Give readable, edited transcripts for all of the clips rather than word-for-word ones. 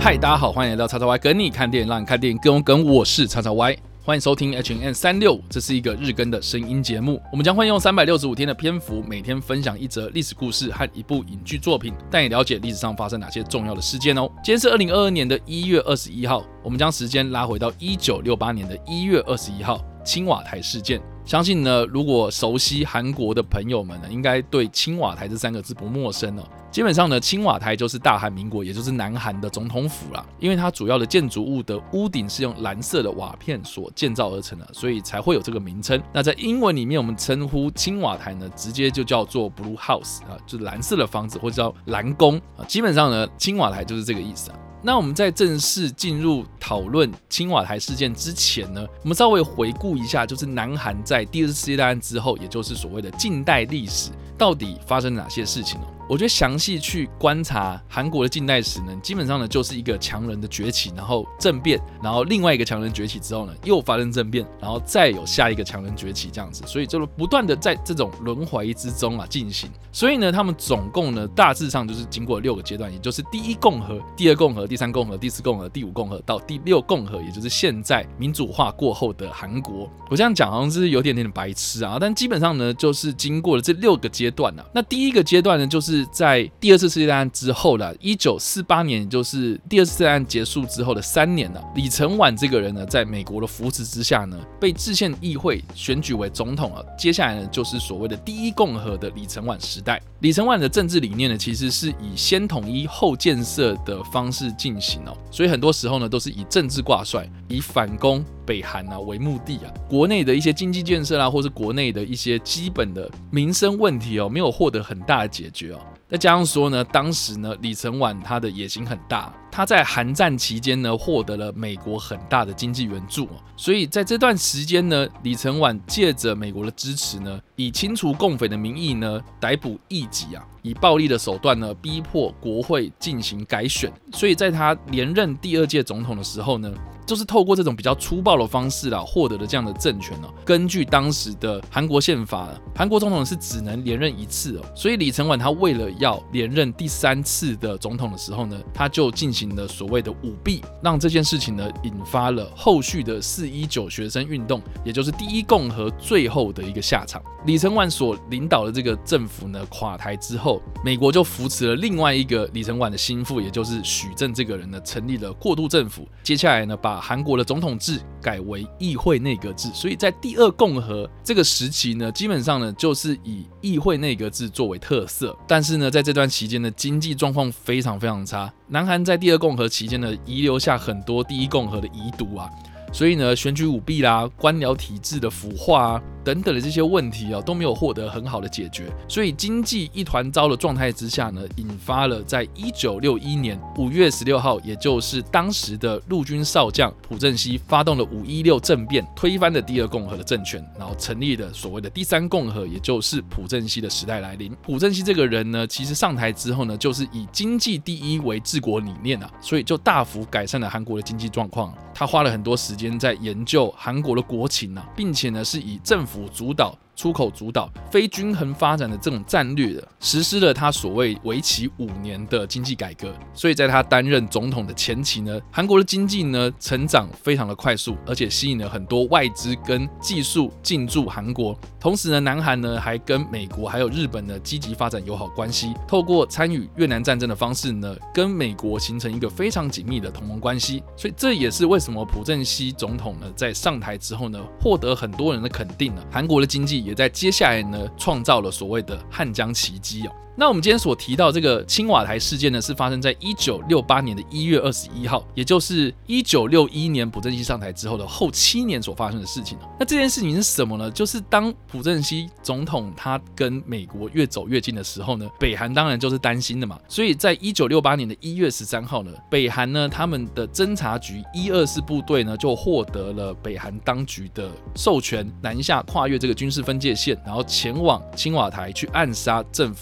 嗨，大家好，欢迎来到叉叉 Y 跟你看电影，让你看电影更有梗。我是叉叉 Y， 欢迎收听 HNN365， 这是一个日更的声音节目。我们将会用365天的篇幅，每天分享一则历史故事和一部影剧作品，带你了解历史上发生哪些重要的事件哦。今天是2022年的1月21号，我们将时间拉回到1968年的1月21号，青瓦台事件。相信呢，如果熟悉韩国的朋友们呢，应该对青瓦台这3个字不陌生哦。基本上呢，青瓦台就是大韩民国，也就是南韩的总统府啦。因为它主要的建筑物的屋顶是用蓝色的瓦片所建造而成的，所以才会有这个名称。那在英文里面，我们称呼青瓦台呢，直接就叫做 Blue House 啊，就是蓝色的房子，或者叫蓝宫啊。基本上呢，青瓦台就是这个意思啊。那我们在正式进入讨论青瓦台事件之前呢，我们稍微回顾一下，就是南韩在第二次世界大战之后，也就是所谓的近代历史，到底发生了哪些事情呢？我觉得详细去观察韩国的近代史呢，基本上呢就是一个强人的崛起，然后政变，然后另外一个强人崛起之后呢，又发生政变，然后再有下一个强人崛起这样子，所以就不断的在这种轮回之中进行。所以呢，他们总共呢大致上就是经过6个阶段，也就是第1共和、第2共和、第3共和、第4共和、第5共和到第6共和，也就是现在民主化过后的韩国。我这样讲好像是有点白痴啊，但基本上呢就是经过了这6个阶段啊。那第1个阶段呢，就是在第2次世界大战之后啦，1948年，也就是第2次世界大战结束之后的3年啦，李承晚这个人呢，在美国的扶持之下呢，被制宪议会选举为总统了。接下来呢，就是所谓的第1共和的李承晚时代。李承晚的政治理念呢，其实是以先统一后建设的方式进行哦，所以很多时候呢，都是以政治挂帅，以反攻北韩为目的啊。国内的一些经济建设或是国内的一些基本的民生问题没有获得很大的解决哦。再加上说呢，当时呢，李承晚他的野心很大，他在韩战期间呢，获得了美国很大的经济援助，所以在这段时间呢，李承晚借着美国的支持呢，以清除共匪的名义呢，逮捕异己以暴力的手段呢，逼迫国会进行改选。所以在他连任第2届总统的时候呢，就是透过这种比较粗暴的方式获得了这样的政权。根据当时的韩国宪法，韩国总统是只能连任1次，所以李承晚他为了要连任第3次的总统的时候呢，他就进行了所谓的舞弊，让这件事情呢引发了后续的419学生运动，也就是第1共和最后的一个下场。李承晚所领导的这个政府呢垮台之后，美国就扶持了另外一个李承晚的心腹，也就是许正这个人呢，成立了过渡政府。接下来呢，把韩国的总统制改为议会内阁制，所以在第2共和这个时期呢，基本上呢就是以议会内阁制作为特色。但是呢，在这段期间呢，经济状况非常非常差。南韩在第2共和期间呢，遗留下很多第1共和的遗毒所以呢，选举舞弊啦、官僚体制的腐化等等的这些问题都没有获得很好的解决，所以经济一团糟的状态之下呢，引发了在1961年5月16号，也就是当时的陆军少将朴正熙发动了516政变，推翻了第2共和的政权，然后成立了所谓的第3共和，也就是朴正熙的时代来临。朴正熙这个人呢，其实上台之后呢，就是以经济第一为治国理念所以就大幅改善了韩国的经济状况。他花了很多时间在研究韩国的国情并且呢是以政府主导、出口主导、非均衡发展的这种战略实施了他所谓为期5年的经济改革。所以在他担任总统的前期呢，韩国的经济呢成长非常的快速，而且吸引了很多外资跟技术进驻韩国。同时呢，南韩呢还跟美国还有日本呢积极发展友好关系，透过参与越南战争的方式呢，跟美国形成一个非常紧密的同盟关系。所以这也是为什么朴正熙总统呢在上台之后呢，获得很多人的肯定韩国的经济也在接下来呢创造了所谓的汉江奇迹那我们今天所提到这个青瓦台事件呢，是发生在1968年的1月21号，也就是1961年朴正熙上台之后的后7年所发生的事情。那这件事情是什么呢？就是当朴正熙总统他跟美国越走越近的时候呢，北韩当然就是担心的嘛。所以在1968年的1月13号呢，北韩呢他们的侦察局124部队呢就获得了北韩当局的授权，南下跨越这个军事分界线，然后前往青瓦台去暗杀政府的重要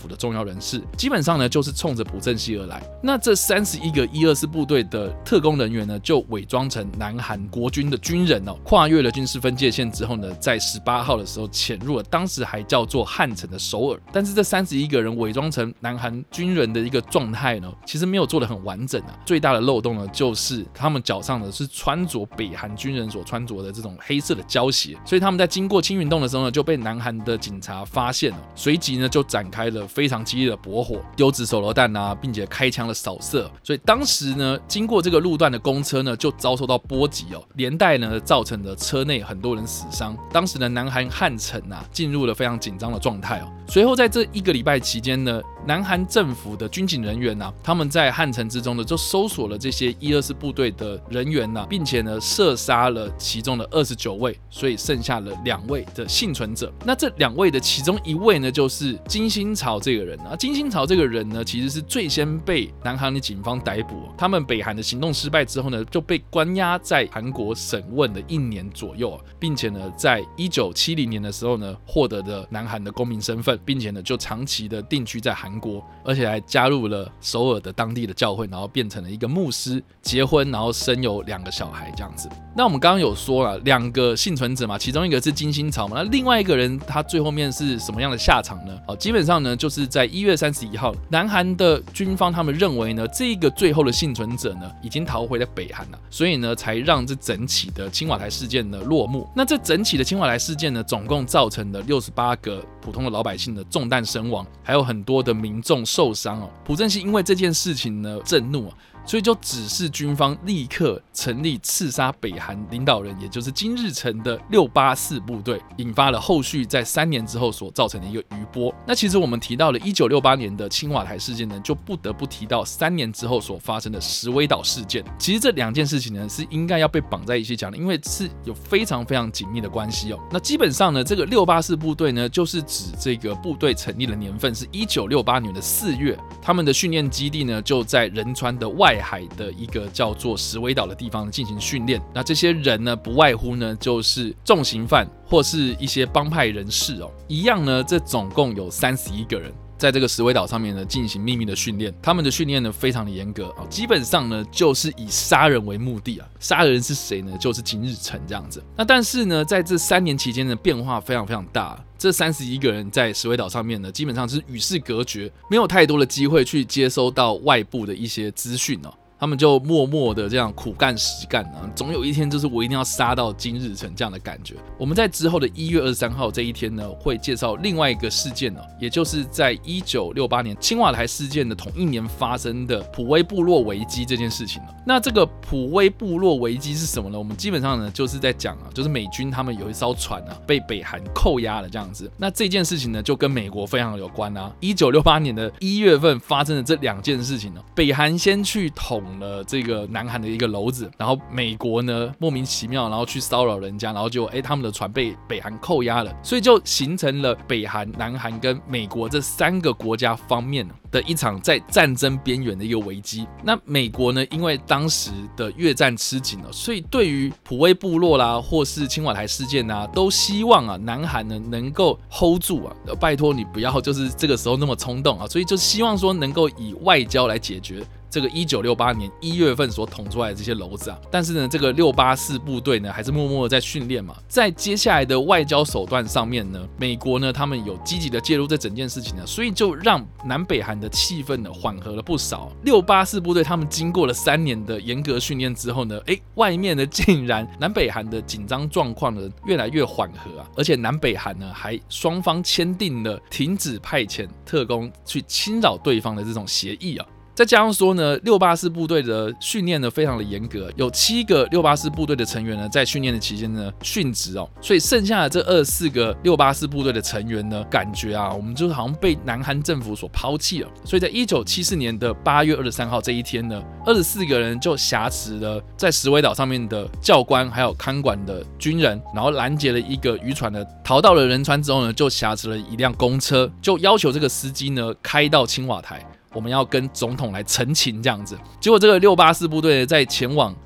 要人士，基本上呢就是冲着朴正熙而来。那这31个124部队的特工人员呢，就伪装成南韩国军的军人跨越了军事分界线之后呢，在18号的时候潜入了当时还叫做汉城的首尔。但是这31个人伪装成南韩军人的一个状态呢，其实没有做得很完整最大的漏洞呢，就是他们脚上呢是穿着北韩军人所穿着的这种黑色的胶鞋，所以他们在经过青云洞的时候呢，就被南韩的警察发现了，随即呢就展开了非常激烈的驳火，丢掷手榴弹并且开枪的扫射。所以当时呢，经过这个路段的公车呢，就遭受到波及连带呢造成了车内很多人死伤。当时的南韩汉城进入了非常紧张的状态随后在这1个礼拜期间呢，南韩政府的军警人员他们在汉城之中呢，就搜索了这些124部队的人员并且呢射杀了其中的29位，所以剩下了2位的幸存者。那这2位的其中1位呢，就是金星朝这个人金星朝这个人呢，其实是最先被南韩的警方逮捕。他们北韩的行动失败之后呢，就被关押在韩国审问了1年左右并且呢，在1970年的时候呢，获得了南韩的公民身份，并且呢，就长期的定居在韩国，而且还加入了首尔的当地的教会，然后变成了一个牧师，结婚，然后生有2个小孩这样子。那我们刚刚有说了2个幸存者嘛，其中一个是金星朝嘛，那另外一个人他最后面是什么样的下场呢？基本上呢，就是在1月31号，南韩的军方他们认为呢，这个最后的幸存者呢，已经逃回了北韩了，所以呢，才让这整起的青瓦台事件呢落幕。那这整起的青瓦台事件呢，总共造成了68个普通的老百姓的中弹身亡，还有很多的民众受伤朴正熙因为这件事情呢震怒所以就指示军方立刻成立刺杀北韩领导人，也就是金日成的684部队，引发了后续在3年之后所造成的一个余波。那其实我们提到了1968年的青瓦台事件呢，就不得不提到3年之后所发生的石围岛事件。其实这2件事情呢，是应该要被绑在一起讲的，因为是有非常非常紧密的关系那基本上呢，这个684部队呢，就是指这个部队成立的年份是1968年的4月，他们的训练基地呢就在仁川的外海的一个叫做石围岛的地方进行训练。那这些人呢，不外乎呢就是重刑犯或是一些帮派人士一样呢，这总共有31个人。在这个石围岛上面呢进行秘密的训练，他们的训练呢非常的严格基本上呢就是以杀人为目的杀人是谁呢？就是金日成这样子。那但是呢，在这3年期间的变化非常非常大这31个人在石围岛上面呢，基本上是与世隔绝，没有太多的机会去接收到外部的一些资讯他们就默默的这样苦干实干总有一天就是我一定要杀到金日成这样的感觉。我们在之后的1月23号这一天呢，会介绍另外一个事件也就是在1968年青瓦台事件的同一年发生的普威部落危机这件事情那这个普威部落危机是什么呢？我们基本上呢就是在讲就是美军他们有一艘船被北韩扣押了这样子。那这件事情呢就跟美国非常有关1968年的1月份发生的这2件事情北韩先去捅了这个南韩的一个篓子，然后美国呢莫名其妙然后去骚扰人家，然后就他们的船被北韩扣押了，所以就形成了北韩、南韩跟美国这3个国家方面的一场在战争边缘的一个危机。那美国呢，因为当时的越战吃紧所以对于普威部落啦或是青瓦台事件都希望南韩呢能够 hold 住拜托你不要就是这个时候那么冲动所以就希望说能够以外交来解决这个1968年1月份所捅出来的这些篓子但是呢，这个684部队呢还是默默的在训练嘛。在接下来的外交手段上面呢，美国呢他们有积极的介入这整件事情所以就让南北韩的气氛呢缓和了不少。684部队他们经过了3年的严格训练之后呢，外面呢竟然南北韩的紧张状况呢越来越缓和而且南北韩呢还双方签订了停止派遣特工去侵扰对方的这种协议再加上说呢，684部队的训练呢非常的严格，有7个684部队的成员呢在训练的期间呢殉职所以剩下的这24个684部队的成员呢，感觉我们就好像被南韩政府所抛弃了。所以在1974年的8月23号这一天呢，24个人就挟持了在石围岛上面的教官还有看管的军人，然后拦截了一个渔船呢，逃到了仁川之后呢，就挟持了一辆公车，就要求这个司机呢开到青瓦台。我们要跟总统来陈情这样子。结果这个684部队在前往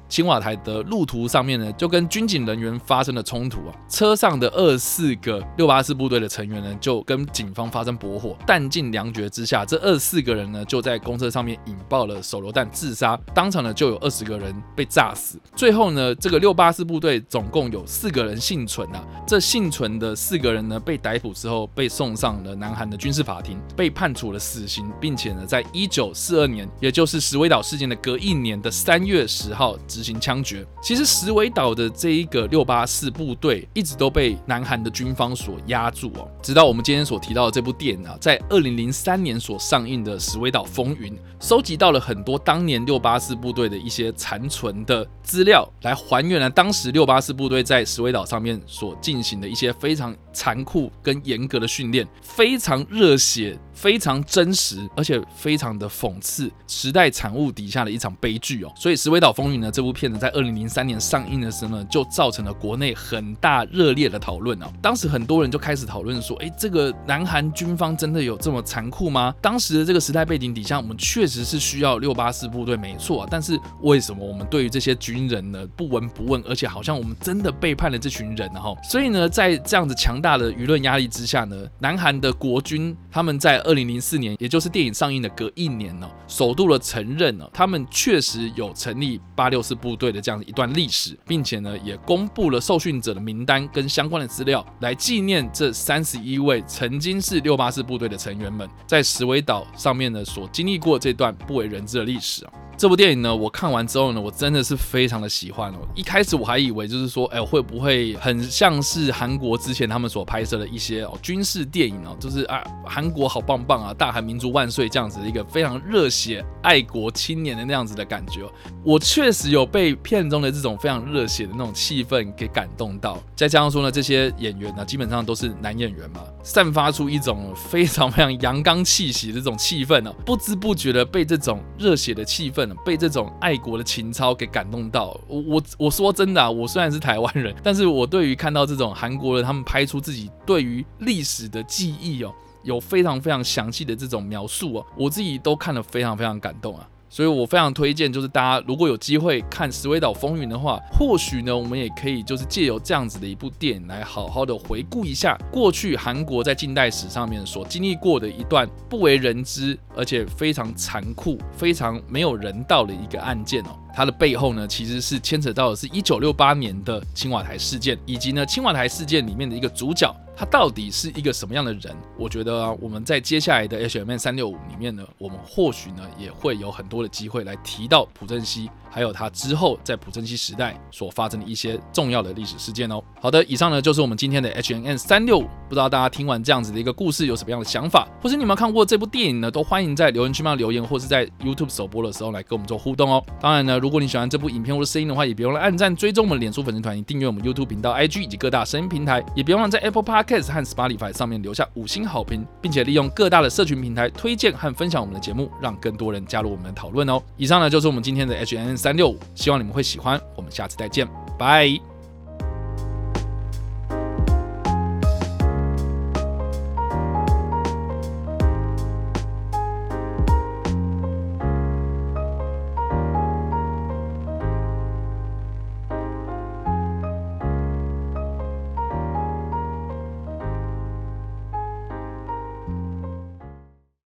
青瓦台的路途上面呢，就跟军警人员发生了冲突啊。车上的24个684部队的成员呢，就跟警方发生搏火，弹尽粮绝之下，这24个人呢，就在公车上面引爆了手榴弹自杀，当场呢就有20个人被炸死。最后呢，这个684部队总共有4个人幸存啊，这幸存的4个人呢，被逮捕之后被送上了南韩的军事法庭，被判处了死刑，并且呢，在1942年，也就是石围岛事件的隔1年的3月10号执行枪决。其实石围岛的这一个684部队一直都被南韩的军方所压住哦，直到我们今天所提到的这部电影啊，在2003年所上映的《石围岛风云》，收集到了很多当年684部队的一些残存的资料，来还原了当时684部队在石围岛上面所进行的一些非常残酷跟严格的训练，非常热血，非常真实，而且非常的讽刺时代产物底下的一场悲剧哦。所以《石围岛风云》呢，这部片呢，在2003年上映的时候呢，就造成了国内很大热烈的讨论哦。当时很多人就开始讨论说，这个南韩军方真的有这么残酷吗？当时的这个时代背景底下，我们确实是需要684部队，没错啊，但是为什么我们对于这些军人呢不闻不问，而且好像我们真的背叛了这群人啊？所以呢，在这样子强大的舆论压力之下呢，南韩的国军他们在2004年，也就是电影上映的隔1年呢，首度的承认呢，他们确实有成立864部队的这样一段历史，并且呢，也公布了受训者的名单跟相关的资料，来纪念这31位曾经是684部队的成员们在石围岛上面呢所经历过这段不为人知的历史啊。这部电影呢，我看完之后呢，我真的是非常的喜欢哦。一开始我还以为就是说，会不会很像是韩国之前他们所拍摄的一些军事电影哦，就是韩国好棒棒啊，大韩民族万岁这样子的一个非常热血爱国青年的那样子的感觉哦。我确实有被片中的这种非常热血的那种气氛给感动到，再加上说呢，这些演员呢基本上都是男演员嘛，散发出一种非常非常阳刚气息的这种气氛哦，不知不觉的被这种热血的气氛被这种爱国的情操给感动到。我说真的我虽然是台湾人，但是我对于看到这种韩国人他们拍出自己对于历史的记忆有非常非常详细的这种描述我自己都看得非常非常感动啊。所以我非常推荐，就是大家如果有机会看《石围岛风云》的话，或许呢，我们也可以就是借由这样子的一部电影来好好的回顾一下过去韩国在近代史上面所经历过的一段不为人知，而且非常残酷、非常没有人道的一个案件哦。它的背后呢，其实是牵扯到的是1968年的青瓦台事件，以及呢青瓦台事件里面的一个主角，他到底是一个什么样的人？我觉得我们在接下来的 HMN365 里面呢，我们或许呢也会有很多的机会来提到朴正熙，还有他之后在朴正熙时代所发生的一些重要的历史事件哦。好的，以上呢就是我们今天的 HMN365，不知道大家听完这样子的一个故事有什么样的想法，或是你们看过这部电影呢，都欢迎在留言区留言，或是在 YouTube 首播的时候来跟我们做互动哦。当然呢，如果你喜欢这部影片或者声音的话，也别忘了按赞、追踪我们脸书粉丝团、订阅我们 YouTube 频道、IG 以及各大声音平台，也别忘了在 Apple Podcast 和 Spotify 上面留下5星好评，并且利用各大的社群平台推荐和分享我们的节目，让更多人加入我们的讨论哦。以上呢就是我们今天的 HMN365，希望你们会喜欢，我们下次再见，拜。